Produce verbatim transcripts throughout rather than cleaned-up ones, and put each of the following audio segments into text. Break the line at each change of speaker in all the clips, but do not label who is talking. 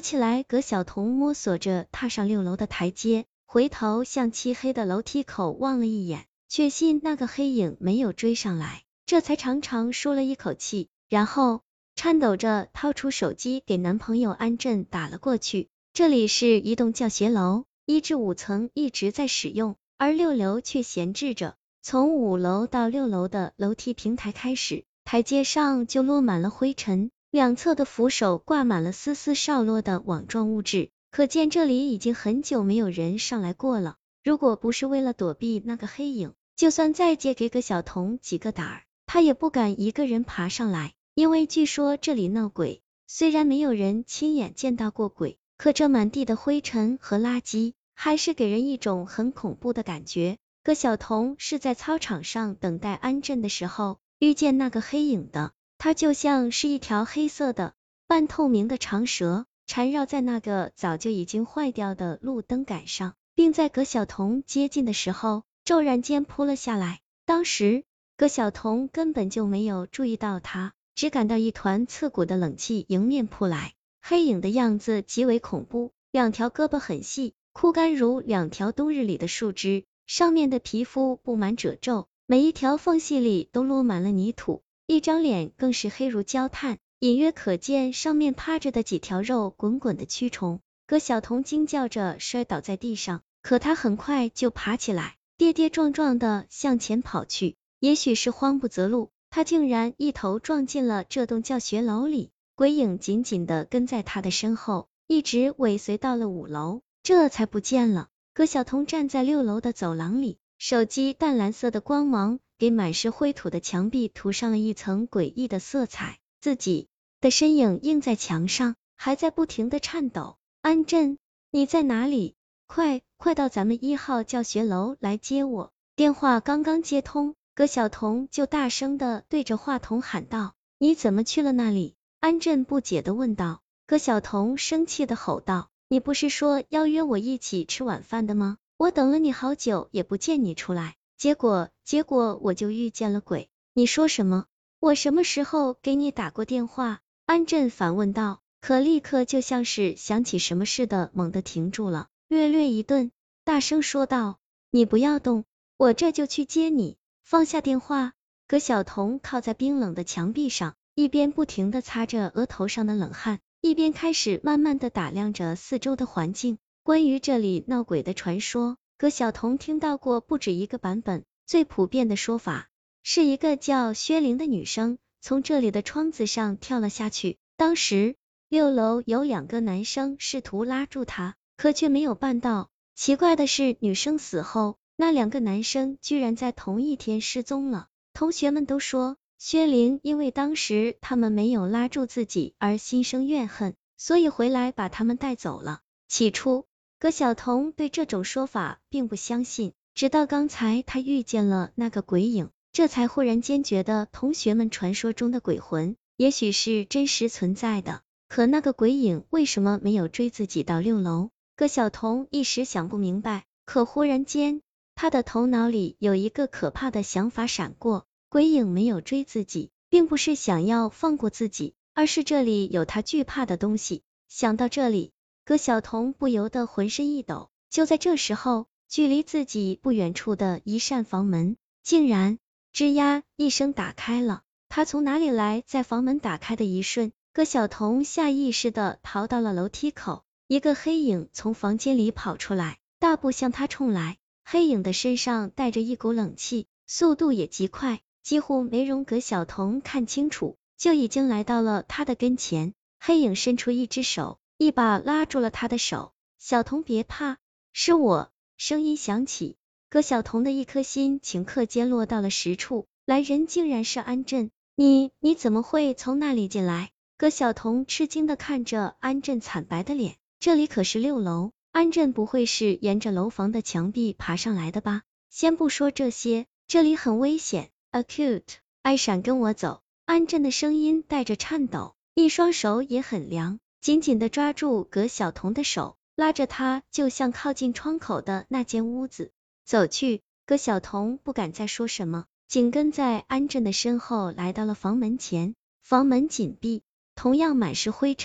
起来。葛晓彤摸索着踏上六楼的台阶，回头向漆黑的楼梯口望了一眼，确信那个黑影没有追上来，这才长长舒了一口气，然后颤抖着掏出手机给男朋友安振打了过去。这里是一栋教学楼，一至五层一直在使用，而六楼却闲置着。从五楼到六楼的楼梯平台开始，台阶上就落满了灰尘，两侧的扶手挂满了丝丝少落的网状物质，可见这里已经很久没有人上来过了。如果不是为了躲避那个黑影，就算再借给葛晓彤几个胆儿，他也不敢一个人爬上来，因为据说这里闹鬼。虽然没有人亲眼见到过鬼，可这满地的灰尘和垃圾还是给人一种很恐怖的感觉。葛晓彤是在操场上等待安振的时候遇见那个黑影的，它就像是一条黑色的半透明的长蛇，缠绕在那个早就已经坏掉的路灯杆上，并在葛晓彤接近的时候骤然间扑了下来。当时葛晓彤根本就没有注意到它，只感到一团刺骨的冷气迎面扑来。黑影的样子极为恐怖，两条胳膊很细，枯干如两条冬日里的树枝，上面的皮肤布满褶皱，每一条缝隙里都落满了泥土，一张脸更是黑如焦炭，隐约可见上面趴着的几条肉滚滚的蛆虫。葛晓彤惊叫着摔倒在地上，可他很快就爬起来，跌跌撞撞的向前跑去。也许是慌不择路，他竟然一头撞进了这栋教学楼里，鬼影紧紧的跟在他的身后，一直尾随到了五楼，这才不见了。葛晓彤站在六楼的走廊里，手机淡蓝色的光芒给满是灰土的墙壁涂上了一层诡异的色彩，自己的身影映在墙上，还在不停的颤抖。安振，你在哪里？快快到咱们一号教学楼来接我。电话刚刚接通，葛晓彤就大声的对着话筒喊道，你怎么去了那里？安振不解的问道。葛晓彤生气的吼道，你不是说要约我一起吃晚饭的吗？我等了你好久也不见你出来，结果结果我就遇见了鬼。你说什么？我什么时候给你打过电话？安振反问道，可立刻就像是想起什么似的猛地停住了，略略一顿，大声说道，你不要动，我这就去接你。放下电话。葛晓彤靠在冰冷的墙壁上，一边不停的擦着额头上的冷汗，一边开始慢慢的打量着四周的环境。关于这里闹鬼的传说，葛晓彤听到过不止一个版本，最普遍的说法是一个叫薛玲的女生从这里的窗子上跳了下去，当时六楼有两个男生试图拉住她，可却没有办到。奇怪的是，女生死后，那两个男生居然在同一天失踪了。同学们都说，薛玲因为当时他们没有拉住自己而心生怨恨，所以回来把他们带走了。起初葛晓彤对这种说法并不相信，直到刚才她遇见了那个鬼影，这才忽然间觉得同学们传说中的鬼魂也许是真实存在的。可那个鬼影为什么没有追自己到六楼？葛晓彤一时想不明白，可忽然间她的头脑里有一个可怕的想法闪过，鬼影没有追自己，并不是想要放过自己，而是这里有她惧怕的东西。想到这里，葛晓彤不由得浑身一抖。就在这时候，距离自己不远处的一扇房门竟然吱呀一声打开了。她从哪里来？在房门打开的一瞬，葛晓彤下意识的逃到了楼梯口，一个黑影从房间里跑出来，大步向她冲来。黑影的身上带着一股冷气，速度也极快，几乎没容葛晓彤看清楚，就已经来到了她的跟前。黑影伸出一只手，一把拉住了她的手。小彤别怕，是我。声音响起，葛晓彤的一颗心顷刻间落到了实处，来人竟然是安振。你你怎么会从那里进来？葛晓彤吃惊的看着安振惨白的脸，这里可是六楼，安振不会是沿着楼房的墙壁爬上来的吧？先不说这些，这里很危险。Acute， 艾闪跟我走。安振的声音带着颤抖，一双手也很凉，紧紧的抓住葛晓彤的手，拉着她就向靠近窗口的那间屋子走去。葛晓彤不敢再说什么，紧跟在安振的身后来到了房门前。房门紧闭，同样满是灰尘，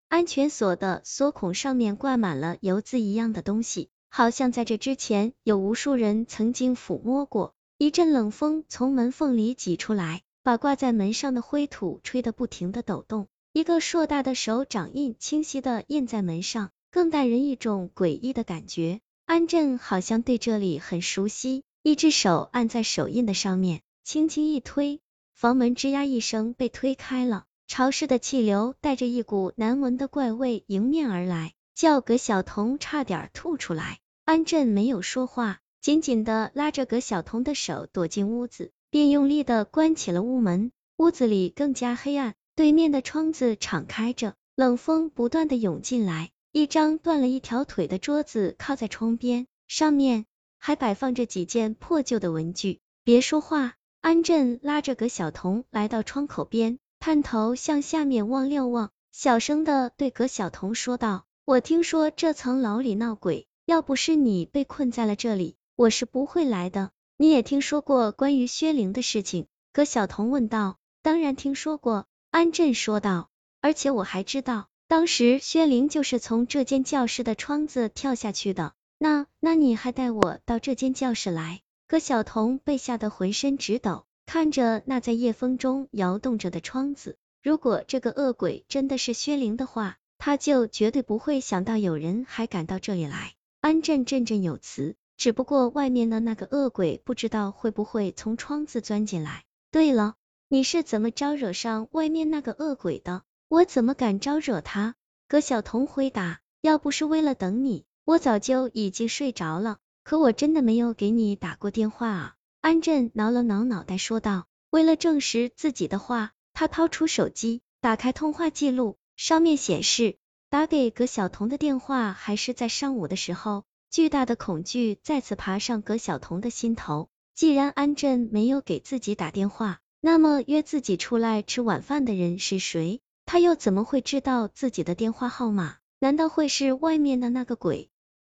安全锁的锁孔上面挂满了油渍一样的东西，好像在这之前有无数人曾经抚摸过。一阵冷风从门缝里挤出来，把挂在门上的灰土吹得不停的抖动。一个硕大的手掌印清晰的印在门上，更带人一种诡异的感觉。安震好像对这里很熟悉，一只手按在手印的上面，轻轻一推，房门吱呀一声被推开了，潮湿的气流带着一股难闻的怪味迎面而来，叫葛晓彤差点吐出来。安震没有说话，紧紧的拉着葛晓彤的手躲进屋子，并用力的关起了屋门。屋子里更加黑暗，对面的窗子敞开着，冷风不断的涌进来。一张断了一条腿的桌子靠在窗边，上面还摆放着几件破旧的文具。别说话，安震拉着葛晓彤来到窗口边，探头向下面望了望，小声的对葛晓彤说道：我听说这层楼里闹鬼，要不是你被困在了这里，我是不会来的。你也听说过关于薛灵的事情？葛晓彤问道。当然听说过，安震说道，而且我还知道，当时薛灵就是从这间教室的窗子跳下去的。那那你还带我到这间教室来？葛晓彤被吓得浑身直抖，看着那在夜风中摇动着的窗子，如果这个恶鬼真的是薛灵的话，他就绝对不会想到有人还敢到这里来。安震振振有词，只不过外面的那个恶鬼不知道会不会从窗子钻进来。对了，你是怎么招惹上外面那个恶鬼的？我怎么敢招惹他？葛晓彤回答，要不是为了等你，我早就已经睡着了，可我真的没有给你打过电话啊。安震挠了挠脑袋说道。为了证实自己的话，他掏出手机，打开通话记录，上面显示打给葛晓彤的电话还是在上午的时候。巨大的恐惧再次爬上葛晓彤的心头，既然安震没有给自己打电话，那么约自己出来吃晚饭的人是谁？他又怎么会知道自己的电话号码？难道会是外面的那个鬼？